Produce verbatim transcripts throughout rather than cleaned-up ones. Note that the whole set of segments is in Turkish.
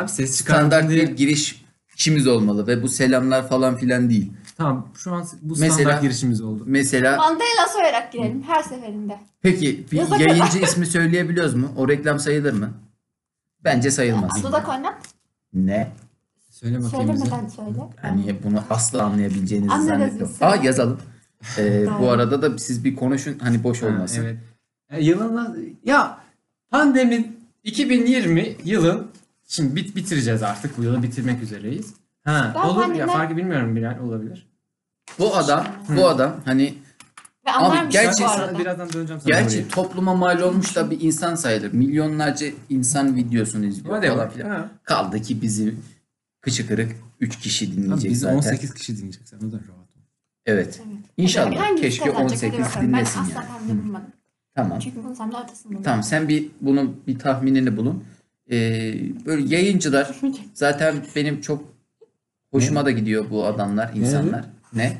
abi ses çıkardım standart diye. bir girişimiz olmalı ve bu selamlar falan filan değil. Tamam şu an bu Mesela- standart girişimiz oldu. Mesela Mandela soyarak girelim her seferinde. peki bir Yasak yayıncı ismi söyleyebiliyoruz mu? O reklam sayılır mı? Bence sayılmaz. Dudak oynat. Ne? Söyle bakayım bize. Söylemeden söyle. Yani bunu asla anlayabileceğinizi Anlarız zannetmiyorum. biz. Aa yazalım. Ee, bu Doğru. arada da siz bir konuşun hani boş Ha, olmasın. evet. E, yılın ya pandemi iki bin yirmi yılın şimdi bit bitireceğiz artık bu yılı bitirmek üzereyiz. Ha Ben olur ya pandemi- farkı bilmiyorum Bilal olabilir. Bu adam, bu adam hani Ve anlarmış gerçi- bu Sana arada. birazdan döneceğim sana. gerçi oraya. topluma mal olmuş da bir insan sayılır. Milyonlarca insan videosunu izliyor Hadi falan bak. filan. Ha. Kaldı ki bizi kıçı kırık üç kişi Tamam, dinleyecek bizi zaten. on sekiz kişi dinleyecek sen o da rahat ol. Evet. Evet. İnşallah. Hangisi Keşke kazanacak? on Hadi sekiz bakalım. dinlesin Ben asla yani. tahmin bulmadım. Tamam. Çünkü bunun sen de ortasında. Tamam sen bir bunun bir tahminini bulun. Ee, böyle yayıncılar zaten benim çok hoşuma da gidiyor bu adamlar, insanlar. Ne?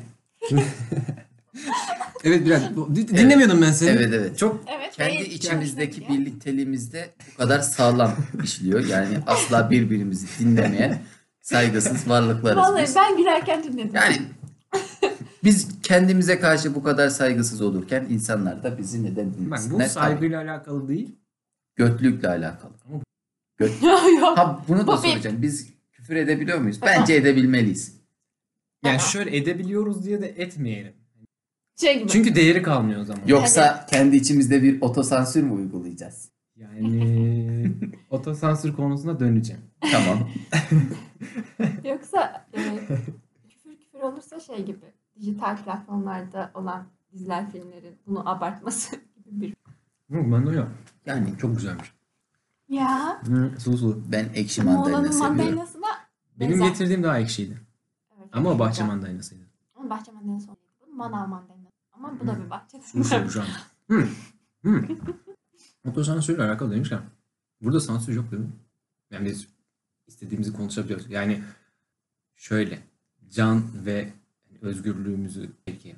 Evet Bilal bu- di- dinlemiyordum ben seni. Evet evet. Çok Evet. Kendi değil. içimizdeki Görüşmek üzere. birlikteliğimizde bu kadar sağlam işliyor. Yani asla birbirimizi dinlemeyen saygısız varlıklarız Vallahi biz. ben gülerken dinledim. Yani biz kendimize karşı bu kadar saygısız olurken insanlar da bizi neden bak dinlesinler? bu saygıyla alakalı değil. Götlükle alakalı. Ama- Göt. Yok. Ha bunu da Bu bir- soracağım. Biz küfür edebiliyor muyuz? Bence edebilmeliyiz. Yani Aa. şöyle edebiliyoruz diye de etmeyelim. Şey gibi. Çünkü değeri kalmıyor o zaman. Yoksa kendi içimizde bir otosansür mü uygulayacağız? Yani otosansür konusuna döneceğim. Tamam. Yoksa e, küfür küfür olursa şey gibi. Dijital platformlarda olan diziler, filmlerin bunu abartması gibi bir. Hı, ben de öyle. Yani Çok güzelmiş. Ya. Hı, sulu sulu. ben ekşi mandalina Moğol'un seviyorum. mandalinasına Benim benzer. getirdiğim daha ekşiydi. Evet, Ama o çok bahçe güzel. mandalinasıydı. Ama bahçe mandalinası oldu. Bu manav mandalinası. Ama bu da bir bahçe. Sulu sulu şu an. Hı. Hı. Otosansürle alakalı demişken. Burada sansür yok değil mi? Yani biz istediğimizi konuşabiliyoruz. Yani şöyle. Can ve özgürlüğümüzü belki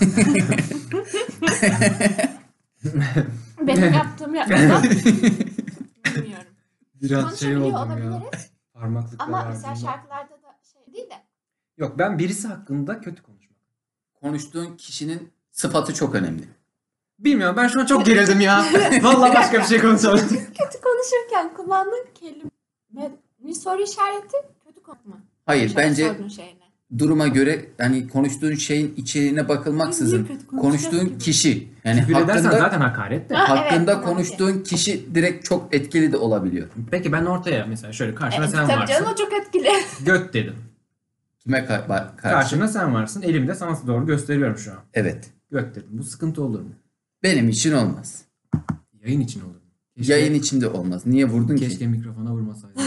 Benim yaptığım yapmadan bilmiyorum. biraz şey Konuşabiliyor oldum ya. olabiliriz. Parmaklıkla Ama verdiğimde. mesela şarkılarda da şey değil de. Yok ben birisi hakkında kötü konuşmak. Konuştuğun kişinin sıfatı çok önemli. Bilmiyorum ben şu an çok gerildim ya. Vallahi başka bir şey konuşalım. Kötü konuşurken kullandığın kelime bir soru işareti kötü konuşma. Hayır Şöyle bence sorduğun şeyine. duruma göre hani konuştuğun şeyin içeriğine bakılmaksızın Niye kötü konuşacağız konuştuğun ki? kişi yani Küfür edersen hakkında, zaten hakaret de. Ha, hakkında evet, tabii. konuştuğun kişi direkt çok etkili de olabiliyor. Peki ben ortaya mesela şöyle karşıma E, sen tabii varsın. canım o çok etkili. Göt dedim. Kime ka- ba- karşı? Karşımda sen varsın. Elimde sana doğru gösteriyorum şu an. Evet. Göt dedim. Bu sıkıntı olur mu? Benim için olmaz. Yayın için olur mu? Keşke, Yayın içinde olmaz. Niye vurdun keşke ki? mikrofona vurmasaydın.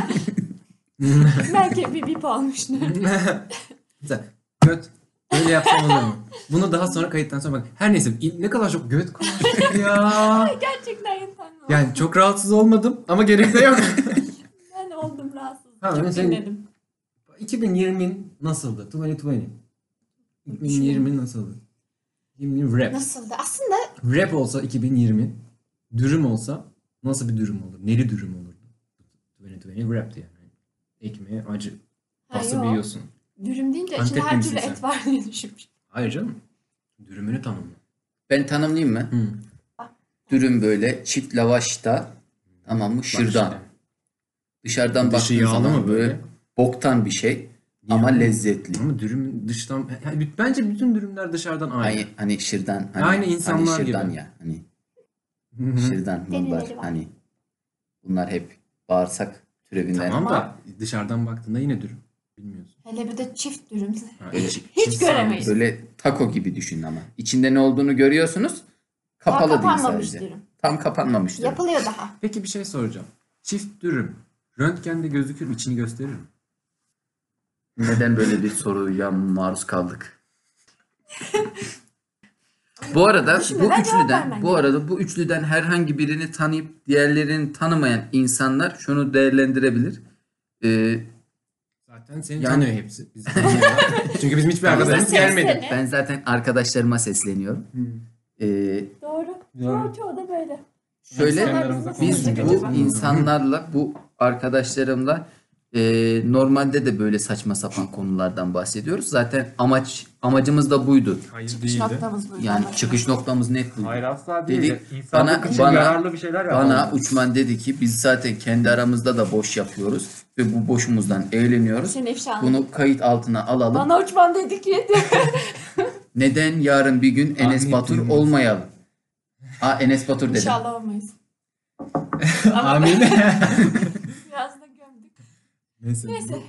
Belki bir bip almıştır. Mesela göt böyle yapsam olur mu? Bunu daha sonra kayıttan sonra bak. Her neyse ne kadar çok göt konuştuk ya. Gerçekten yeterli. Yani çok rahatsız olmadım ama gerek de yok. Ben oldum rahatsız. Ha, çok mesela- dinledim. iki bin yirmi nasıldı? iki bin yirmi. iki bin yirmi nasıldı? iki bin yirmi rap. Nasıldı? Aslında Rap olsa iki bin yirmi, dürüm olsa nasıl bir dürüm olur? Neli dürüm olurdu? iki bin yirmi rapti yani. Ekmeğe acı. Ha, Bası yok. yiyorsun. dürüm deyince Antepli içinde her misin türlü sen? et var diye düşünmüş. Hayır canım. Dürümünü tanımla. Ben tanımlayayım mı? Hı. Dürüm böyle çift lavaşta tamam mı? Şırdan. işte. Dışarıdan Dışı baktığın yağlı zaman mı böyle? böyle boktan bir şey ama Yağlı. lezzetli. Ama dürüm dıştan... Yani bence bütün dürümler dışarıdan aynı. Hani, hani şırdan. Hani, Aynı insanlar hani şırdan gibi. ya. Hani Hı hı. şırdan, Denileri mumbar. var. Hani bunlar hep bağırsak türevinden. Tamam da dışarıdan baktığında yine dürüm. Bilmiyorsun. Hele bir de çift dürüm. Ha, Böyle- çift- Hiç çift göremeyiz. sarması. Böyle taco gibi düşün ama. İçinde ne olduğunu görüyorsunuz. Daha Kapalı değil kapanmamış sadece. dürüm. Tam kapanmamış dürüm. Yapılıyor daha. Peki bir şey soracağım. Çift dürüm. Röntgende gözükür mü? İçini gösterir mi? Neden böyle bir soruya maruz kaldık? Bu arada Düşünmeden bu cevap üçlüden vermen bu gerek. arada bu üçlüden herhangi birini tanıyıp diğerlerini tanımayan insanlar şunu değerlendirebilir. Ee, Zaten seni Yani- tanıyor hepsi. Biz tanıyorlar. Çünkü bizim hiçbir arkadaşımız Bize gelmedi. seslene. ben zaten arkadaşlarıma sesleniyorum. Ee, Doğru. Doğru. Çoğu, çoğu da böyle. Şöyle kendi aramızda biz konuşacak bu acaba? insanlarla, bu arkadaşlarımla e, normalde de böyle saçma sapan konulardan bahsediyoruz. Zaten amaç amacımız da buydu. Hayır Çıkış noktamız buydu. Yani anlaşılan. çıkış noktamız net buydu. Hayır asla değil. Dedik, İnsanlık bana- için bana- yararlı bir şeyler yapalım. Bana Uçman dedi ki biz zaten kendi aramızda da boş yapıyoruz ve bu boşumuzdan eğleniyoruz. Seni ifşa Bunu kayıt altına alalım. Bana uçman dedi ki. Neden yarın bir gün Enes Ahmet Batur Yılmaz. olmayalım? Aa, Enes Batur dedim. İnşallah olmayız. Ama Amin. biraz da gömdük. Neyse. Neyse.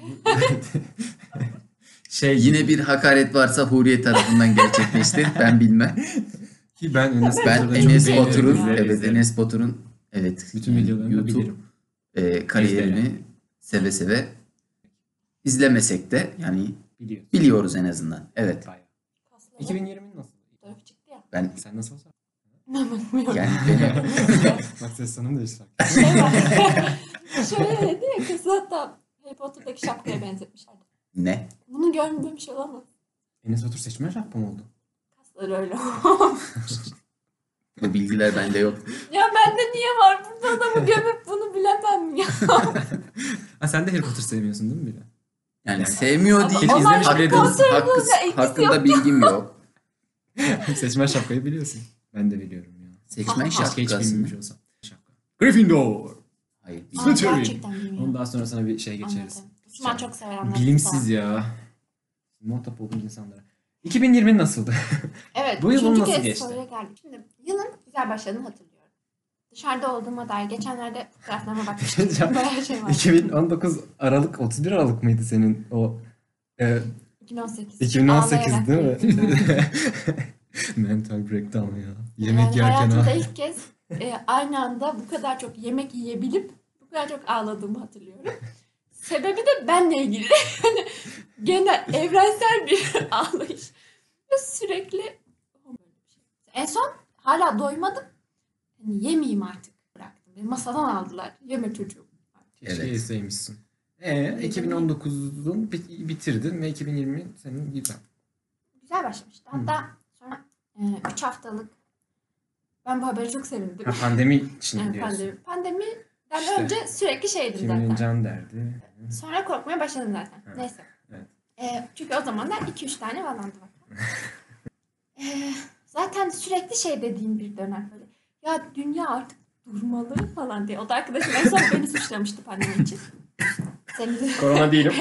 Şey Yine bir hakaret varsa Huriye tarafından gerçekleşti. Ben bilmem. ki ben Enes Ben Batur'u çok Enes beğeniyorum. Batur'un İzlerim, evet izlerim. Enes Batur'un evet Bütün yani videolarını YouTube bilirim. e, kariyerini İzlerim. seve seve izlemesek de yani Biliyorum. biliyoruz en azından. Evet. Bayağı. Kasları iki bin yirmi nasıl? fotoğrafı çıktı ya. Ben Sen nasıl olsa? İnanmıyorum. yani benim Bak ses tanım değişti. Şey var. Şöyle dedi ya kız hatta Harry Potter'daki şapkaya benzetmişlerdi. ne? Bunu görmemiş olamaz. Enes Batur seçmen şapka mı oldu? Kasları öyle. Bu bilgiler bende yok. Ya bende niye var? Burada adamı gömüp bunu bilemem ya. Ha sen de Harry Potter sevmiyorsun değil mi bile? Yani sevmiyor Ama değil. onlar Hakkı- Harry Potter'ın hakkı- da ilgisi hakkında yok. bilgim yok. Seçmen şapkayı biliyorsun. Ben de biliyorum ya. Seçmen Keşke hiç şapkası mı? bilmemiş olsam. Şapka. Gryffindor. Hayır. Aa, Slytherin. gerçekten bilmiyorum. Onu daha sonra sana bir şey geçeriz. Anladım. Osman çok sever anlattı Bilimsiz falan. ya. Muhatap olduğum insanlara. iki bin yirmi nasıldı? Evet. Bu yıl üçüncü nasıl kez geçti? soruya geldik. Şimdi yılın güzel başladığını hatırlıyorum. Dışarıda olduğuma dair geçenlerde fotoğraflarıma bakmıştım. Hocam, Bayağı şey var. iki bin on dokuz Aralık, otuz bir Aralık mıydı senin o e, iki bin on sekiz. iki bin on sekiz Ağlayarak değil mi? gittim. Mental breakdown ya. Yemek yani yerken hayatımda ha. ilk kez e, aynı anda bu kadar çok yemek yiyebilip bu kadar çok ağladığımı hatırlıyorum. Sebebi de benle ilgili. Yani genel evrensel bir ağlayış. Ve sürekli en son hala doymadım. Hani yemeyeyim artık bıraktım. Beni masadan aldılar. Yeme çocuğum. Keşke Evet. yeseymişsin. Ee, iki bin on dokuzun bit- bitirdin ve iki bin yirmi senin güzel. Güzel başlamıştı. Hatta sonra üç haftalık ben bu haberi çok sevindim. Ha, pandemi için Yani diyorsun. pandemi. Pandemiden İşte. önce sürekli şeydim Kimin zaten. can derdi. Sonra korkmaya başladım zaten. Evet. Neyse. Evet. Ee, çünkü o zamanlar iki üç tane falandı bak. ee, zaten sürekli şey dediğim bir dönem böyle. Ya dünya artık durmalı falan diye. O da arkadaşım en son beni suçlamıştı pandemi için. Seni de Korona değilim.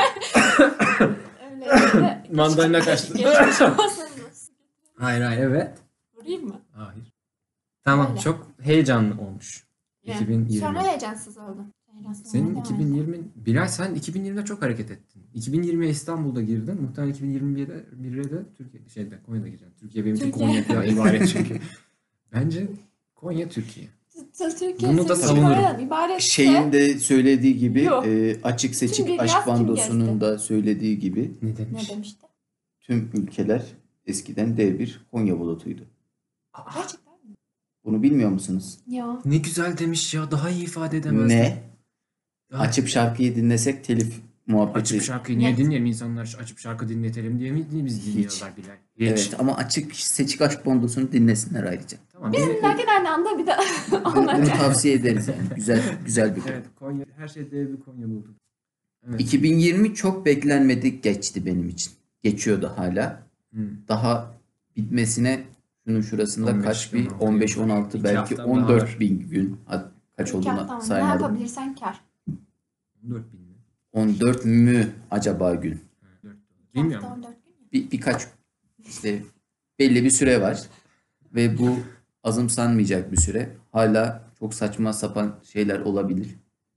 öyle öyle. Mandalina kaçtı. Geçmiş olsanız. Hayır hayır evet. Vurayım mı? Hayır. Tamam Öyle. çok heyecanlı olmuş. Yani iki bin yirmi. Sonra heyecansız oldum. Heyecansız Senin olmaya devam iki bin ettim. yirmi Bilal sen iki bin yirmide çok hareket ettin. iki bin yirmiye İstanbul'da girdin. Muhtemelen iki bin yirmi birde bire de Türkiye şeyde Konya'da gireceksin. Türkiye benim için Türkiye. Konya'da ibaret çünkü. Bence Konya Türkiye. Türkiye Bunu da senin savunurum. Kore'den ibaretse Şeyin de söylediği gibi Yok. e, açık Kim seçik bir aşk yaz, kim bandosunun gezdi? da söylediği gibi Ne ne demiş? demişti? tüm ülkeler eskiden dev bir Konya bulutuydu. Gerçekten mi? Bunu bilmiyor musunuz? Ya. Ne güzel demiş ya. Daha iyi ifade edemezdim. Ne? Ya, Açıp şarkıyı dinlesek telif muhabbeti. açıp şarkıyı niye Net. dinleyelim insanlar açıp şarkı dinletelim diye mi biz dinliyorlar Bilal? Hiç. Evet ama açık seçik aşk bandosunu dinlesinler ayrıca. Tamam. Biz beni- dinlerken aynı anda bir de Bunu, onlar. bunu tavsiye ederiz yani. Güzel güzel bir konu. Evet Konya her şey dev bir Konya buldu. Evet. iki bin yirmi çok beklenmedik geçti benim için. Geçiyordu hala. Hı. Daha bitmesine şunun şurasında on beş, kaç bir on altı, on beş on altı iki belki hafta daha on var. dört bin gün. Hat- Kaç İki olduğunu hafta mı? Ne saymadım. yapabilirsen kar. on dört bin mi? on dört mü acaba gün? Ha, dört. Bilmiyorum. Hafta on dört gün ya. Bir, birkaç işte belli bir süre var ve bu azımsanmayacak bir süre. Hala çok saçma sapan şeyler olabilir.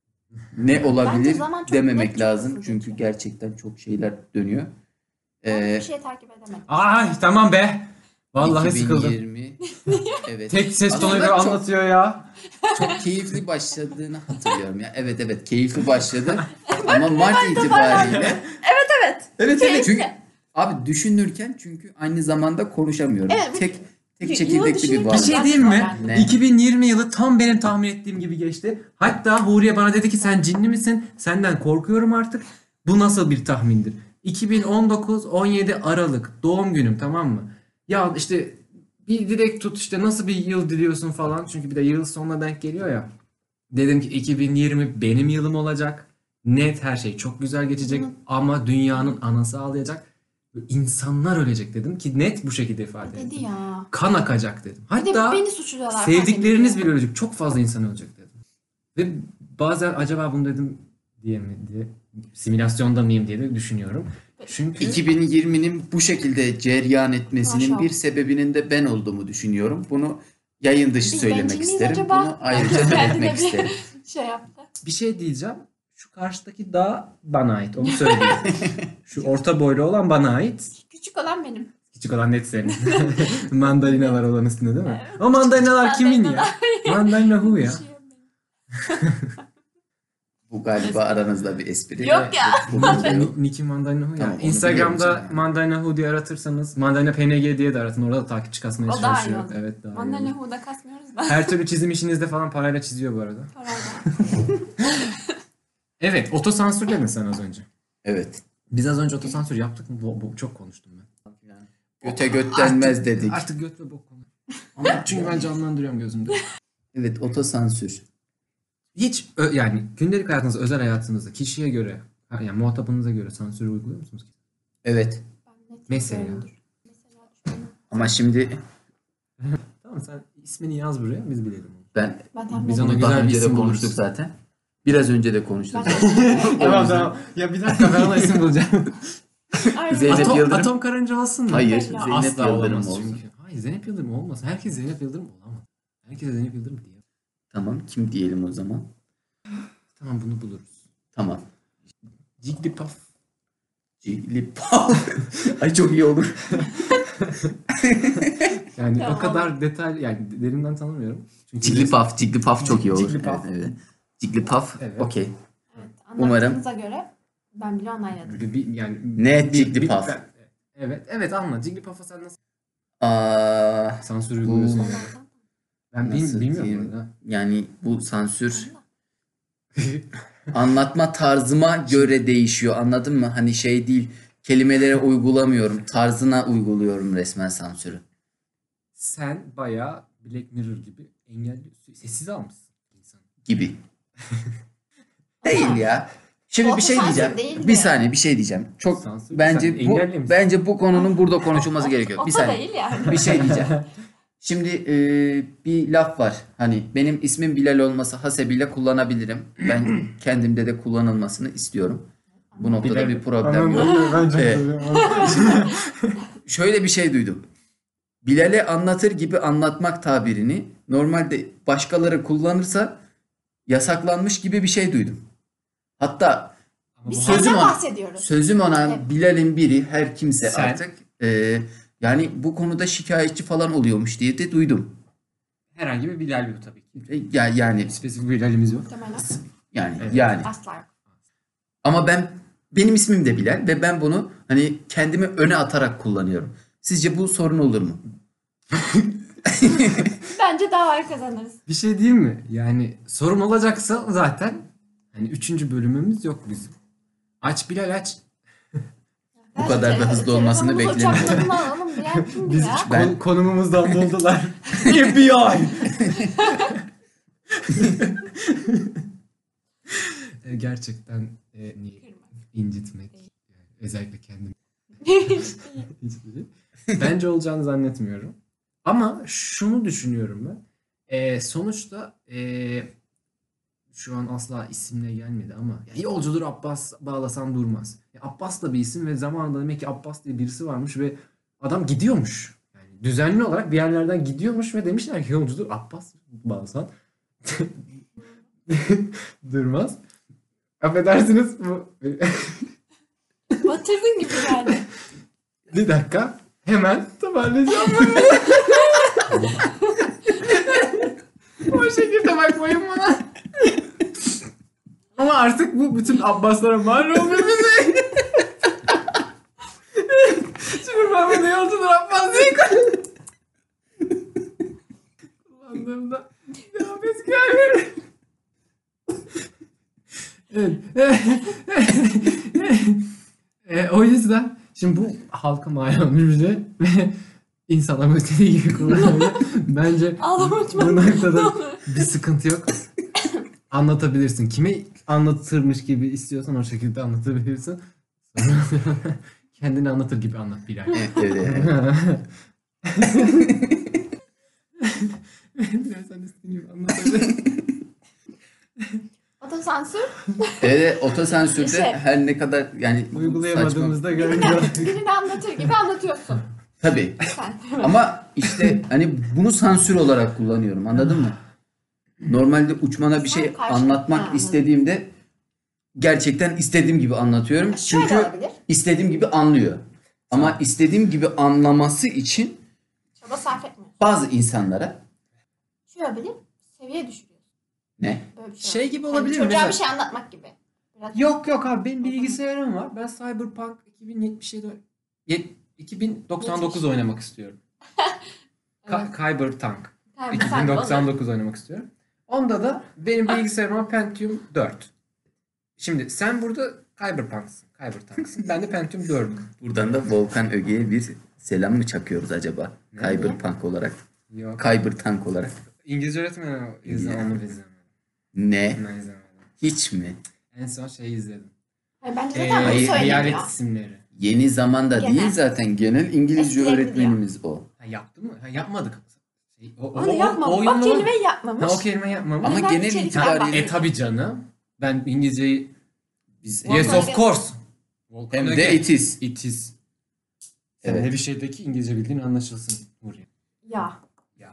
Ne Bence olabilir zaman çok dememek net, çok lazım hızlı çünkü geçiyor. gerçekten çok şeyler dönüyor. Ben Ee, bir şey takip edemedim. Ay tamam be. Vallahi sıkıldım. iki bin yirmi evet. Tek ses Aslında tonuyla çok- anlatıyor ya. Çok keyifli başladığını hatırlıyorum ya. Evet evet keyifli başladı. Ama Mart itibariyle Evet. evet evet Keyifli. çünkü abi düşünürken çünkü aynı zamanda konuşamıyorum. Evet, tek tek yılı çekirdekli bir düşünürken- Bir bağlı. şey diyeyim mi? Ne? iki bin yirmi yılı tam benim tahmin ettiğim gibi geçti. Hatta Huriye bana dedi ki sen cinli misin? Senden korkuyorum artık. Bu nasıl bir tahmindir? iki bin on dokuz on yedi Aralık doğum günüm tamam mı? Ya işte bir dilek tut işte nasıl bir yıl diliyorsun falan. Çünkü bir de yıl sonuna denk geliyor ya. Dedim ki iki bin yirmi benim yılım olacak. Net her şey çok güzel geçecek Hı. ama dünyanın anası ağlayacak. İnsanlar ölecek dedim ki net bu şekilde ifade Dedi ettim. ya. Kan akacak dedim. Bir de Hatta beni suçluyorlar. sevdikleriniz pandemi bile ölecek. Çok fazla insan ölecek dedim. Ve bazen acaba bunu dedim diye mi diye simülasyonda mıyım diye de düşünüyorum. Çünkü iki bin yirminin bu şekilde cereyan etmesinin Maşallah. bir sebebinin de ben olduğumu düşünüyorum. Bunu yayın dışı Biz söylemek bencil miyiz isterim. acaba? Bunu ayrıca Kendine belirtmek bir isterim. şey yaptı. bir şey diyeceğim. Şu karşıdaki dağ bana ait. Onu söyleyeyim. Şu orta boylu olan bana ait. Küçük olan benim. Küçük olan net senin. Mandalinalar olan üstünde değil mi? O mandalinalar kimin ya? Mandalina who ya? Şey yok benim. Bu galiba aranızda bir espri. Yok ya. Bu Ni- video- Ni- Nicki Mandalina who ya? Tamam, onu Instagram'da biliyorum zaten. Mandalina who diye aratırsanız Mandalina P N G diye de aratın. Orada da takipçi kasmaya O daha iyi çalışıyor. olur. Evet daha iyi Ondan olur. ne huda kasmıyoruz da. Her türlü çizim işinizde falan parayla çiziyor bu arada. Parayla. Evet, otosansürledin sen az önce. Evet. Biz az önce otosansür yaptık mı? Bu, bu- çok konuştum ben. Göte göt denmez Artık- dedik. Artık göt ve bok konu. Ama çünkü ben canlandırıyorum gözümde. Evet, otosansür. Hiç ö- yani gündelik hayatınızda, özel hayatınızda kişiye göre, yani muhatabınıza göre sansür uyguluyor musunuz? Evet. Ben net Mesela? yapıyorumdur. Mesela şöyle. Ama şimdi Tamam sen ismini yaz buraya biz bilelim onu. ben Ben tahmin Biz ona bunu ediyorum. güzel daha bir önce de isim konuştuk buluruz. zaten. Biraz önce de konuştuk. Ben- zaten. Tamam tamam. Ya bir dakika ben ona isim bulacağım. Aynen. Zeynep Atom, Yıldırım. atom karınca olsun mu? Hayır, Ya, Zeynep Asla Yıldırım olamaz olsun. çünkü. Hayır Zeynep Yıldırım olmasın. Herkes Zeynep Yıldırım olamaz. Herkese Zeynep Yıldırım diye. Tamam, kim diyelim o zaman? Tamam bunu buluruz. Tamam. Jigglypuff. Jigglypuff. Ay çok iyi olur. Yani Tamam. o kadar detay yani derinden tanımıyorum. Çünkü Jigglypuff, Jigglypuff çok iyi olur. Jigglypuff. Evet, evet. Jigglypuff, Evet. okey. Evet, Umarım. anlattığınıza göre ben bile onayladım. Bir, bir- yani Ne bir- Jigglypuff? bir- ben- evet, evet anla. Jigglypuff'a sen nasıl Aa, sansür uyguluyorsun? Bu- yani? Ben bil, Nasıl bilmiyorum diyeyim? orada. yani bu sansür anlatma tarzıma göre değişiyor. Anladın mı? Hani şey değil. Kelimelere uygulamıyorum. Tarzına uyguluyorum resmen sansürü. Sen bayağı Black Mirror gibi engelliyorsun. Sessiz almışsın insan. Gibi. Değil ya. Şimdi bir şey Otosansür diyeceğim. değil Bir mi? saniye bir şey diyeceğim. Çok Sansür. Sen bence bu engellemişsin. bence bu konunun burada konuşulması O- gerekiyor. o Bir da saniye. değil yani. Bir şey diyeceğim. Şimdi e, bir laf var. Hani benim ismim Bilal olması hasebiyle kullanabilirim. Ben kendimde de kullanılmasını istiyorum. Bu noktada bir problem yok. Evet. Şöyle bir şey duydum. Bilal'e anlatır gibi anlatmak tabirini normalde başkaları kullanırsa yasaklanmış gibi bir şey duydum. Hatta Ama Biz bu- Sözüm senden ona- bahsediyoruz. sözüm ona Evet. Bilal'in biri her kimse Sen- artık e, yani bu konuda şikayetçi falan oluyormuş diye de duydum. herhangi bir Bilal yok tabii ki. E, Ya yani Spesifik bir Bilal'imiz yok. Muhtemelen. yani Evet. yani Asla yok. ama ben benim ismim de Bilal ve ben bunu hani kendimi öne atarak kullanıyorum. Sizce bu sorun olur mu? Bence davayı kazanırız. Bir şey diyeyim mi? Yani sorun olacaksa zaten hani üçüncü bölümümüz yok bizim. Aç Bilal aç. Bu kadar da hızlı olmasını Telefonumuzu beklemiyorum. uçaklarına alalım diyen kimdi Biz ya? hiç Ben- kon- konumumuzdan buldular. F B I. E, Gerçekten e, niye incitmek, yani özellikle kendimi incitmek. Bence olacağını zannetmiyorum. Ama şunu düşünüyorum ben. E, sonuçta e, şu an asla isimle gelmedi ama ya yolcudur Abbas bağlasan durmaz. Ya Abbas da bir isim ve zamanında demek ki Abbas diye birisi varmış ve adam gidiyormuş. Yani düzenli olarak bir yerlerden gidiyormuş ve demişler ki yolcudur Abbas bağlasan durmaz. Affedersiniz bu Batırdın gibi yani. bir dakika hemen toparlayacağım. O şekilde bakmayın bana. Ama artık bu bütün Abbaslara mal olmuyor bize. Şimdi ben bunu yolcudur Abbas diye kullandığımda devam eski haline. Evet. E, o yüzden şimdi bu halka mal olmuş bize ve İnsanlar istediği gibi kullanabilir. Bence Ağlama lütfen. bu Ne noktada olur. bir sıkıntı yok. Anlatabilirsin. Kime anlatırmış gibi istiyorsan o şekilde anlatabilirsin. Sonra kendini anlatır gibi anlat Bilal. Evet, evet, evet. Bilal sen istediğin gibi anlatabilirsin. Otosansür. Evet, otosansürde Şey. her ne kadar yani Uygulayamadığımızda Birini, göreceğiz. birini anlatır gibi anlatıyorsun. tabii. Sen. Ama işte hani bunu sansür olarak kullanıyorum. Anladın mı? Normalde uçmana bir şey Sen karşı- anlatmak Ha, istediğimde gerçekten istediğim gibi anlatıyorum. Şöyle Çünkü olabilir. istediğim gibi anlıyor. Ama istediğim gibi anlaması için Çaba sarf etmiyor. bazı insanlara Şöyle olabilir. Seviye düşürüyorsun. ne? Böyle bir şey, Şey olabilir. gibi Hani olabilir mi? çocuğa Mesela- bir şey anlatmak gibi. Biraz Yok yok abi benim bilgisayarım var. Ben Cyberpunk iki bin yetmiş yedi Yet- iki bin doksan dokuz Yetmiş. oynamak istiyorum. Ka- Evet. Cyberpunk Tamam, sen iki bin doksan dokuz oynamak istiyorum. Onda da benim bilgisayarıma Pentium dört. Şimdi sen burada Cyberpunk'sın. Cyberpunk'sın. Ben de Pentium dördüm. Buradan da Volkan Öge'ye bir selam mı çakıyoruz acaba? Ne? Cyberpunk olarak. Yok. Cyberpunk olarak. İngilizce öğretmeni izledim. Ya. Onu izlemedim. Ne? Onu izlemedim. Hiç mi? En son şeyi izledim. Hayır, bence Ee, zaten bunu hayır, söylemiyor. Hayalet isimleri. Yeni zamanda Genel. değil zaten. Genel İngilizce Eskileri öğretmenimiz o. Ha, yaptı mı? Ha, yapmadık. Şey, o, Onu yapma. o O, oyunu- kelimeyi yapmamış. Ha, o kelime yapmamış. Ama Genel genel içerikten itibariyle bahsediyor. E tabi canım. Ben İngilizceyi biz Volkan yes of Öge- course. Volkan hem Öge. de it is. It is. Sen Evet. de bir şeydeki İngilizce bildiğin anlaşılsın. Nuriye. Ya. Ya.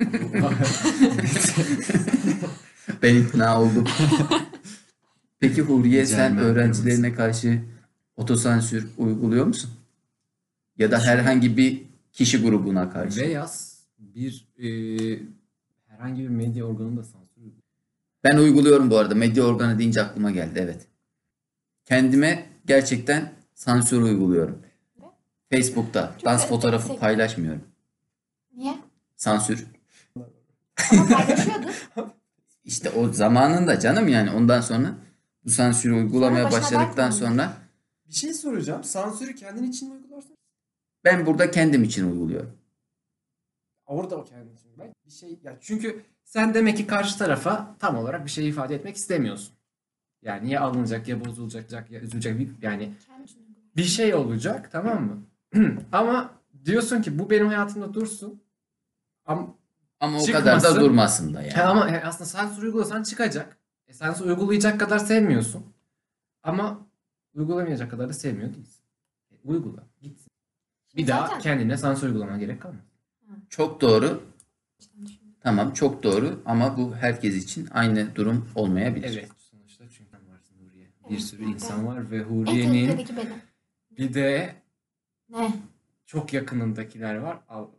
Ben ikna oldum. Peki Huriye Rica sen ederim. öğrencilerine karşı otosansür uyguluyor musun? Ya da herhangi bir kişi grubuna karşı. Beyaz bir e, herhangi bir medya organında sansür yok. Ben uyguluyorum bu arada. Medya organı deyince aklıma geldi. Evet. Kendime gerçekten sansür uyguluyorum. Facebook'ta Çok dans da- fotoğrafı çok- paylaşmıyorum. Niye? Sansür. Ama paylaşıyordun. İşte o zamanında canım yani ondan sonra bu sansürü uygulamaya Sonra başına başladıktan dert mi olmuş? sonra Bir şey soracağım. Sansürü kendin için mi uygularsın? ben burada kendim için uyguluyorum. Orada o kendin için. Ben bir şey ya çünkü sen demek ki karşı tarafa tam olarak bir şey ifade etmek istemiyorsun. Yani ya alınacak ya bozulacak ya üzülecek bir yani Kendi için uyguluyorum. bir şey olacak tamam mı? Ama diyorsun ki bu benim hayatımda dursun. Ama, Ama o Çıkmasın. kadar da durmasın da yani. ya ama yani aslında sansür uygulasan çıkacak. E, sansür uygulayacak kadar sevmiyorsun. Ama uygulamayacak kadar da sevmiyor değilsin. E, uygula. Gitsin. Bir Şimdi daha zaten- kendine sansür uygulamana gerek kalmaz. Çok doğru. Tamam çok doğru ama bu herkes için aynı durum olmayabilir. Evet. Sonuçta çünkü sen varsın Huriye. Bir Evet, sürü evet. insan var ve En Huriye'nin tehlikedeki benim. bir de Ne? çok yakınındakiler var. Al.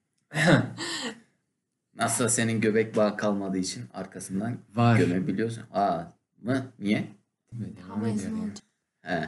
Nasıl senin göbek bağı kalmadığı için arkasından Var. gömebiliyorsun. Aa mı? Niye? Devam Hava ediyor izni yani. olacak. He.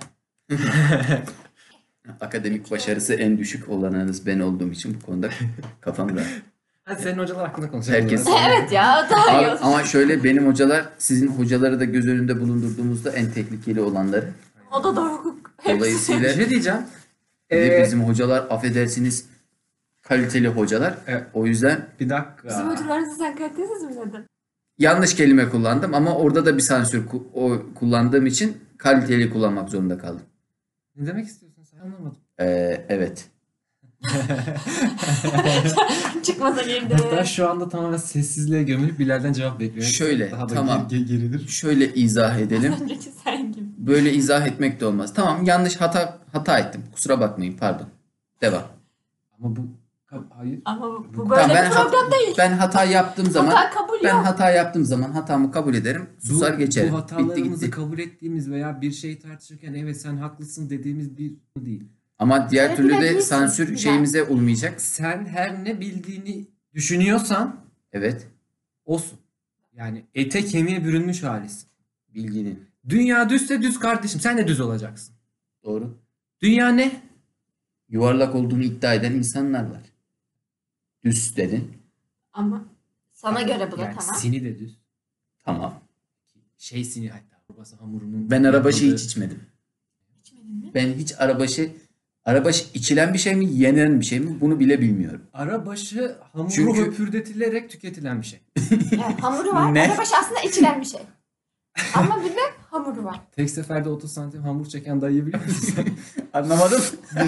Akademik başarısı en düşük olanınız ben olduğum için bu konuda kafam rahat. Hadi senin hocalar hakkında konuşalım. Herkes- Evet ya. Daha Abi, iyi olsun. ama şöyle benim hocalar sizin hocaları da göz önünde bulundurduğumuzda en tehlikeli olanları. O da doğru hukuk. Bir Dolayısıyla şey diyeceğim. bir de Ee, bizim hocalar affedersiniz kaliteli hocalar. Evet. O yüzden bir dakika. Bizim hocalarınızı sen kalitesiz mi dedin? yanlış kelime kullandım ama orada da bir sansür ku- o kullandığım için kaliteli kullanmak zorunda kaldım. Ne demek istiyorsun sen? Anlamadım. Ee, evet. Çıkmasa girdi. Hatta şu anda tamamen sessizliğe gömülüp Bilal'den cevap bekliyorum. Şöyle, Daha da tamam. ge- ge- gerilir. Şöyle izah edelim. Önceki sen gibi. Böyle izah etmek de olmaz. Tamam yanlış hata hata ettim. Kusura bakmayın pardon. Devam. Ama bu hayır. Ama bu, bu Tamam, böyle Tamam, ben bir program hat- değil. Ben hata yaptığım zaman Hata kabul ben yok. hata yaptığım zaman hatamı kabul ederim. Susar geçerim. Bu Bitti hatalarımızı gitti. kabul ettiğimiz veya bir şey tartışırken evet sen haklısın dediğimiz bir konu değil. Ama diğer Öyle türlü de bilebilirsin. sansür Güzel. şeyimize uymayacak. Sen her ne bildiğini düşünüyorsan Evet. olsun. Yani ete kemiğe bürünmüş halisin. Bilginin. Dünya düzse düz kardeşim. Sen de düz olacaksın. Doğru. Dünya ne? Yuvarlak olduğunu iddia eden insanlar var. Düz dedin. Ama sana göre bu da Yani tamam. sini de düz. Tamam. Şey sini hatta babası hamurunun. Ben arabaşı yapıldığı- hiç içmedim. İçmedin mi? Ben hiç arabaşı Arabaşı içilen bir şey mi, yenen bir şey mi? Bunu bile bilmiyorum. Arabaşı hamuru Çünkü- höpürdetilerek tüketilen bir şey. Yani hamuru var. Ne? Arabaşı aslında içilen bir şey. Ama bir de hamuru var. Tek seferde otuz santim hamur çeken dayıyı biliyor musun? Anlamadım.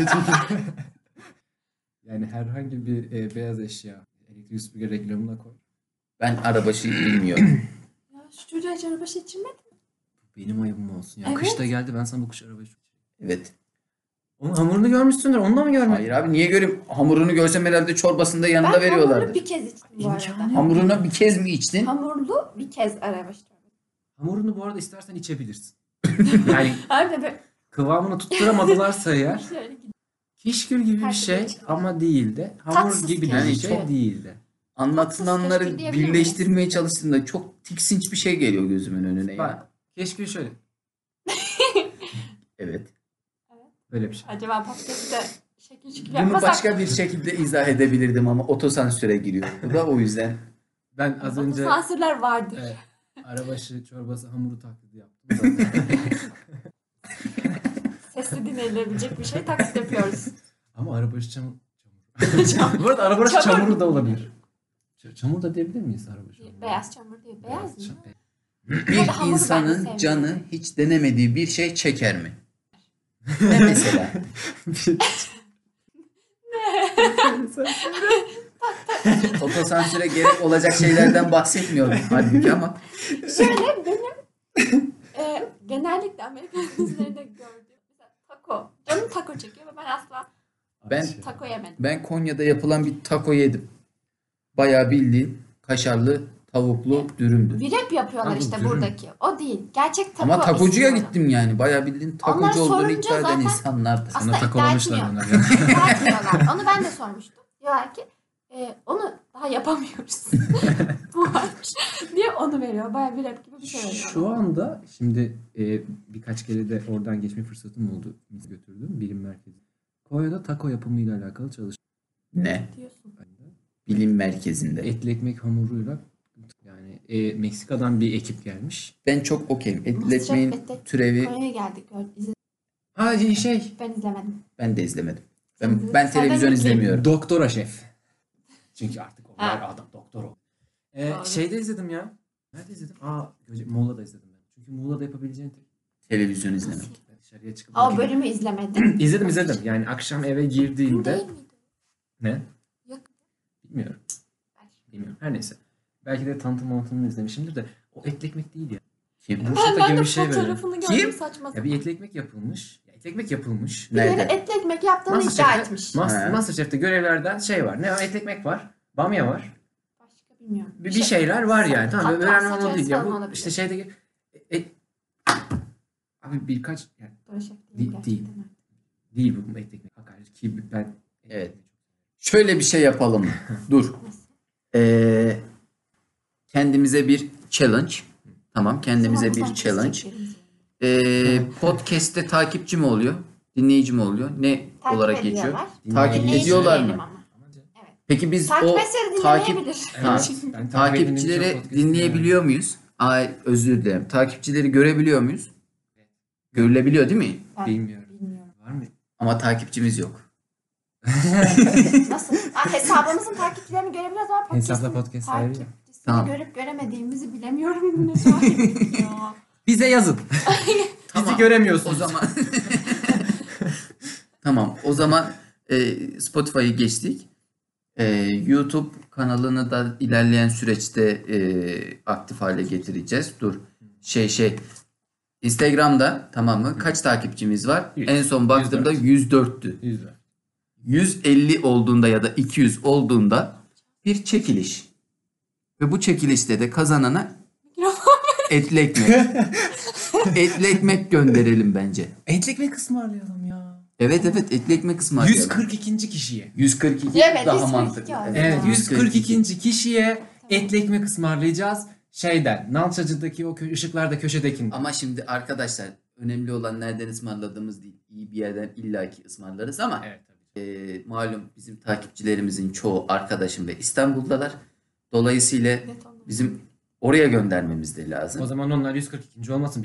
Yani herhangi bir e, beyaz eşya elektrik süpürge reklamına koy. Ben arabaşı bilmiyorum. Ya şu çocuğa hiç arabaşı içilmedi mi? Benim ayıbım olsun. Ya Evet. kışta geldi, ben sana bu kış arabayı çok Evet. Onun hamurunu görmüşsündür. Ondan mı görmedin? Hayır abi, niye göreyim? Hamurunu görsem herhalde çorbasında yanında Ben veriyorlardı. hamurlu bir kez içtim bu arada. İmkanı yok. Hamuruna bir kez mi içtin? Hamurlu bir kez arabaşı. Hamurunu bu arada istersen içebilirsin. Yani Harbiden böyle kıvamını tutturamadılarsa eğer şöyle gidiyor. keşkül gibi bir Her şey şey içinde. ama değil de hamur Tatsız gibi de bir keşkül. şey değil de. Anlatılanları Tatsız keşke diyebilir birleştirmeye çalıştığımda çok tiksinç bir şey geliyor gözümün önüne ya. Bak keşkül şöyle. Evet. Böyle bir şey. Acaba podcast'te şekil şükür Bunu yapmasak başka bir şekilde izah edebilirdim ama otosansüre giriyor. Bu da o yüzden. Ben az önce sansürler vardır. e, arabaşı çorbası hamuru taklidi yaptım. Sesli dinlenebilecek bir şey taklit yapıyoruz. Ama arabaşı çamur. çamur. Bu arada arabaşı Çamur. çamuru da olabilir. Ç- Çamur da diyebilir miyiz arabaşı? Beyaz çamur değil. Beyaz mı? çam- Bir hamuru ben de insanın sevmiyorum. canı hiç denemediği bir şey çeker mi? Ne mesela? Otosansüre gerek olacak şeylerden bahsetmiyorum halbuki ama. Şöyle benim e, genellikle Amerikan dizilerinde gördüğüm mesela taco. Canım taco çekiyor ve ben asla Ben- Şey. taco yemedim. Ben Konya'da yapılan bir taco yedim. Bayağı bildiğin kaşarlı tavuklu dürümdü. Bir rap yapıyorlar Abi, işte dürüm. buradaki. O değil. Gerçek taco Ama takocuya istiyorum. gittim yani. Bayağı bildiğin takocu Onları olduğunu sorunca iddia eden zaten- insanlardı. Aslında Sana iddia takolamışlar etmiyor. onlar ya. İddia etmiyorlar. Onu ben de sormuştum. Diyorlar ki e, onu daha yapamıyoruz. Bu varmış diye onu veriyor. Bayağı bir rap gibi bir şey veriyor. Şu anda şimdi e, birkaç kere de oradan geçme fırsatım oldu. Biz götürdüm bilim merkezi. Konya'da taco yapımıyla alakalı çalıştım. Ne? Diyorsun. Bilim merkezinde. Etli ekmek hamuruyla yani e, Meksika'dan bir ekip gelmiş. Ben çok okeyim. Etli Masterchef ekmeğin Etli- türevi Konya'ya geldik. Gördüm. İzledim. Ha şey Ben izlemedim. ben de izlemedim. Ben, Sen- ben sen televizyon de- izlemiyorum. doktora şef. Çünkü artık onlar Ha. adam doktor o. E, Doğru. şeyde izledim ya. Nerede izledim? Aa Göce- Muğla'da izledim ben. Çünkü Muğla'da yapabileceğin tek Televizyon izlemek. Ben dışarıya çıkıp Aa, o bölümü izlemedim. İzledim izledim. Yani akşam eve Bu girdiğinde değil miydi? ne? Yok. Bilmiyorum. Belki. Bilmiyorum. Her neyse. Belki de tanıtım mantığını izlemişimdir de o etli ekmek değil ya. Kim? Bursa'da Ben gibi de bir şey böyle. fotoğrafını Kim? gördüm saçma Ya sapan. bir etli ekmek yapılmış. Ya etli ekmek yapılmış. Bir yere Nerede? etli ekmek yaptığını iddia Masterchef'te, etmiş. Mas- He. Masterchef'te görevlerden şey var. Ne var? Etli ekmek var. Bamya var. Başka bilmiyorum. Bir, bir şeyler var yani. Tamam. Hatta Önemli saç olan değil. Ya arası bu olabilir. işte şeydeki e, abi birkaç yani Böyle şey Değil- değil. değil. gerçekten. değil bu etli ekmek. Hakaret ki ben Evet. Şöyle bir şey yapalım mı? Dur. Nasıl? Ee, kendimize bir challenge. Tamam, kendimize Sonra bir buradan challenge. keseceklerimiz. Ee, podcast'te takipçi mi oluyor? Dinleyici mi oluyor? Ne Takip olarak geçiyor? ediyorlar. Takip Dinleyici ediyorlar diyelim mı? ama. Ama- Peki biz Takip o etse de takip dinlemeyebilir. Ha. Evet, ben takip takipçileri edince podcast dinleyebiliyor muyuz? Ay, özür dilerim. Takipçileri görebiliyor muyuz? Görülebiliyor değil mi? Ben Bilmiyorum. bilmiyorum. Var mı? Ama takipçimiz yok. Nasıl? Ha, hesabımızın takipçilerini görebiliyoruz ama podcast'in Hesapla podcast sahibi ya. takipçisini Tamam. görüp göremediğimizi bilemiyorum. Ne sahip ya. Bize yazın. Tamam. Bizi göremiyorsunuz. O zaman tamam. O zaman e, Spotify'ı geçtik. E, YouTube kanalını da ilerleyen süreçte e, aktif hale getireceğiz. Dur. Şey şey. Instagram'da tamam mı? Kaç takipçimiz var? Yüz. En son baktığımda yüz dört. yüz dörttü. Yüz ver. yüz elli olduğunda ya da iki yüz olduğunda bir çekiliş. Ve bu çekilişte de kazanana etli ekmek. etli ekmek gönderelim bence. Etli ekmek ısmarlayalım ya. Evet evet, etli ekmek ısmarlayalım. yüz kırk ikinci kişiye. yüz kırk iki Evet, daha yüz kırk iki mantıklı. oldu. Evet, Tamam. yüz kırk ikinci kişiye etli ekmek ısmarlayacağız. Şeyden, Nalçacı'daki o kö- ışıklarda köşedekinde. Ama şimdi arkadaşlar, önemli olan nereden ısmarladığımız değil. İyi bir yerden illaki ısmarlarız ama Evet tabii. e, malum bizim takipçilerimizin çoğu arkadaşım ve İstanbul'dalar. Dolayısıyla Net olmadı. bizim oraya göndermemiz de lazım. O zaman onlar yüz kırk ikinci olmasın Bilal.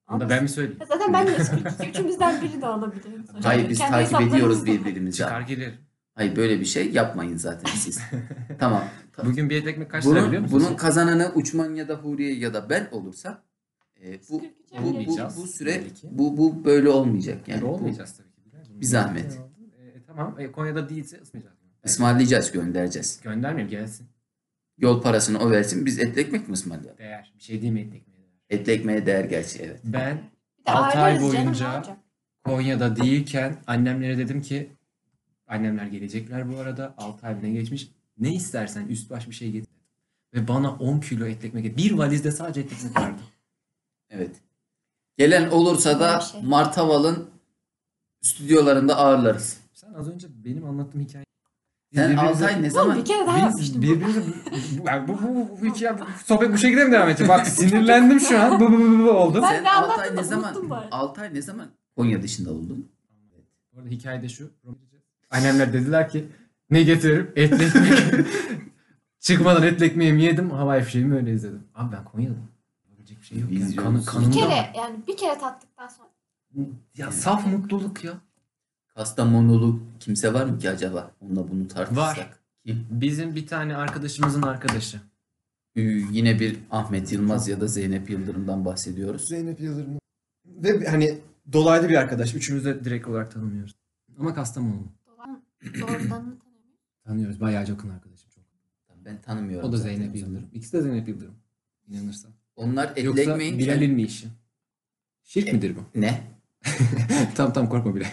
Onu da ben mi söyleyeyim? Zaten ben de yüz kırk iki. Üçümüzden biri de olabilirim. Sonuçta Hayır biz kendi takip hesaplarımız ediyoruz var. birbirimizi. Çıkar gelir. Hayır böyle bir şey yapmayın zaten siz. Tamam. Bugün bir et ekmek kaç lira biliyor Bunun, musun? bunun kazananı Uçman ya da Huriye ya da ben olursa e, bu, yüz kırk iki bu, bu, olmayacağız. bu süre Belli ki. bu, bu böyle olmayacak. Yani Yani bu- olmayacağız tabii ki. Bilal'cim. Bir zahmet. E, tamam. E, Konya'da değilse ısmayacağız. ısmarlayacağız, göndereceğiz. Göndermeyeyim gelsin. Yol parasını o versin, biz etli ekmek mi ısmarlayalım? Değer. Bir şey değil mi et ekmeğe değer? Etli ekmeğe değer gerçi, evet. Ben Bir de altı ay aileriz canım, boyunca- ne olacak? Konya'da değilken annemlere dedim ki annemler gelecekler bu arada. altı ay ne geçmiş. Ne istersen üst baş bir şey getir dedim. Ve bana on kilo et ekmek getirdi. Bir valizde sadece et ekmek vardı. Evet. Gelen olursa da Güzel bir şey. Martaval'ın stüdyolarında ağırlarız. Sen az önce benim anlattığım hikaye. Sen Birbirimize- altı ay ne Oğlum zaman... bir kere daha Biz yapmıştım. bu. birbirimize bu, yani bu, bu, bu, bu, hikaye, bu sohbet bu şekilde mi devam edecek? Bak sinirlendim şu an. Bu, bu, bu, bu oldum. Ben Sen de altı anlattım ay da ne zaman... unuttum bari. altı ay ne zaman Konya dışında oldun? Bu arada hikayede şu. Annemler dediler ki ne getiririm? Etli ekmek. Çıkmadan etli ekmeğimi yedim. Havai fişeğimi öyle izledim. Abi ben Konya'dayım. Yapabilecek bir şey yok. Yani. Vizyonsuz. Kanı, Bir kanımda kere var. yani bir kere tattıktan sonra. Ya saf mutluluk ya. Kastamonulu kimse var mı ki acaba? Onunla bunu tartışsak. Var. Kim? Bizim bir tane arkadaşımızın arkadaşı. Ee, Yine bir Ahmet Yılmaz ya da Zeynep Yıldırım'dan bahsediyoruz. Zeynep Yıldırım. Ve hani dolaylı bir arkadaş. Üçümüz de direkt olarak tanımıyoruz. Ama Kastamonu. Dolan, doğrudan mı tanımıyor? Tanıyoruz. Bayağı yakın arkadaşım çok. Ben tanımıyorum. O da zaten Zeynep o zaman. Yıldırım. İkisi de Zeynep Yıldırım. İnanırsan. Onlar etli Yoksa ekmeğin... Bilal'in mi işi? Şirk midir bu? Ne? Tam tam korkma bile.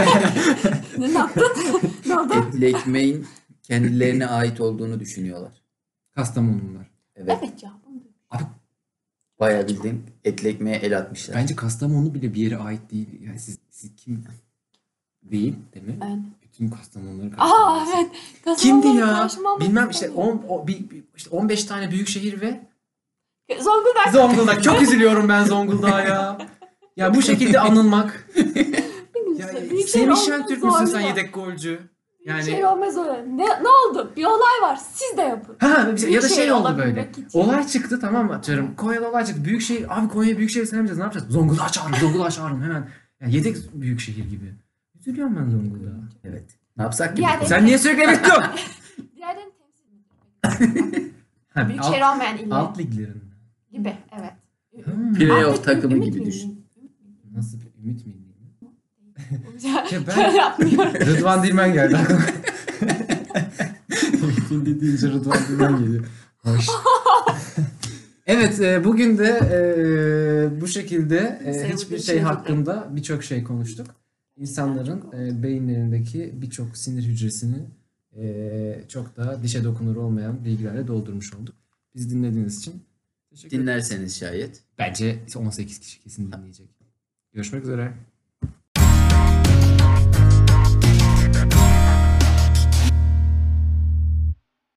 Ne yaptın? Ne oldu? Etli ekmeğin kendilerine ait olduğunu düşünüyorlar. Kastamonular. Evet. Evet ya. bunu duydum. Bayağı bildiğin etli ekmeğe el atmışlar. Bence Kastamonu bile bir yere ait değil. Yani siz, siz kim değil değil mi? Ben. Bütün Kastamonuları Aa karşıladınız. evet. Kimdi Kastamonu'yu ya? karşıma almak Bilmem işte istemiyorum. on, o, bir, bir- işte on beş tane büyük şehir ve Zonguldak. Zonguldak. Çok üzülüyorum ben Zonguldak'a ya. Ya bu şekilde anılmak. Ya, Büyükşehir Semih olmaz Şentürk o müsün sen ya. yedek golcü? Yani... Yani olmaz öyle. Ne, ne oldu? Bir olay var. Siz de yapın. ha ya da şey Büyükşehir oldu olabilmek böyle. için. Olay çıktı tamam mı atıyorum. Konya'da olay çıktı. Büyükşehir abi Konya'ya büyükşehir sevmeyeceğiz ne yapacağız? Zonguldak'a çağırın Zonguldak'a çağırın hemen. Yani yedek büyükşehir gibi. Üzülüyorum ben Zonguldak'a. Evet. Ne yapsak ki? Yani- Sen niye sürekli evet diyorsun? Diğerlerini temsil mi? Ha, Büyükşehir alt, olmayan iller alt liglerin. gibi. Evet. Hmm. Playoff Ümit- takımı Ümit gibi Milli. düşün. Ümit Nasıl bir ümit milli mi? Milli. Ya ben- Şöyle yapmıyorum. Rıdvan Dilmen geldi aklıma. Milli deyince Rıdvan Dilmen geliyor. Hoş. Evet e, bugün de e, bu şekilde e, Sevgili hiçbir şey dinleyiciler. hakkında birçok şey konuştuk. İnsanların e, beyinlerindeki birçok sinir hücresini e, çok daha dişe dokunur olmayan bilgilerle doldurmuş olduk. Biz dinlediğiniz için teşekkür ederiz. Dinlerseniz şayet. Bence on sekiz kişi kesin dinleyecek. Görüşmek üzere.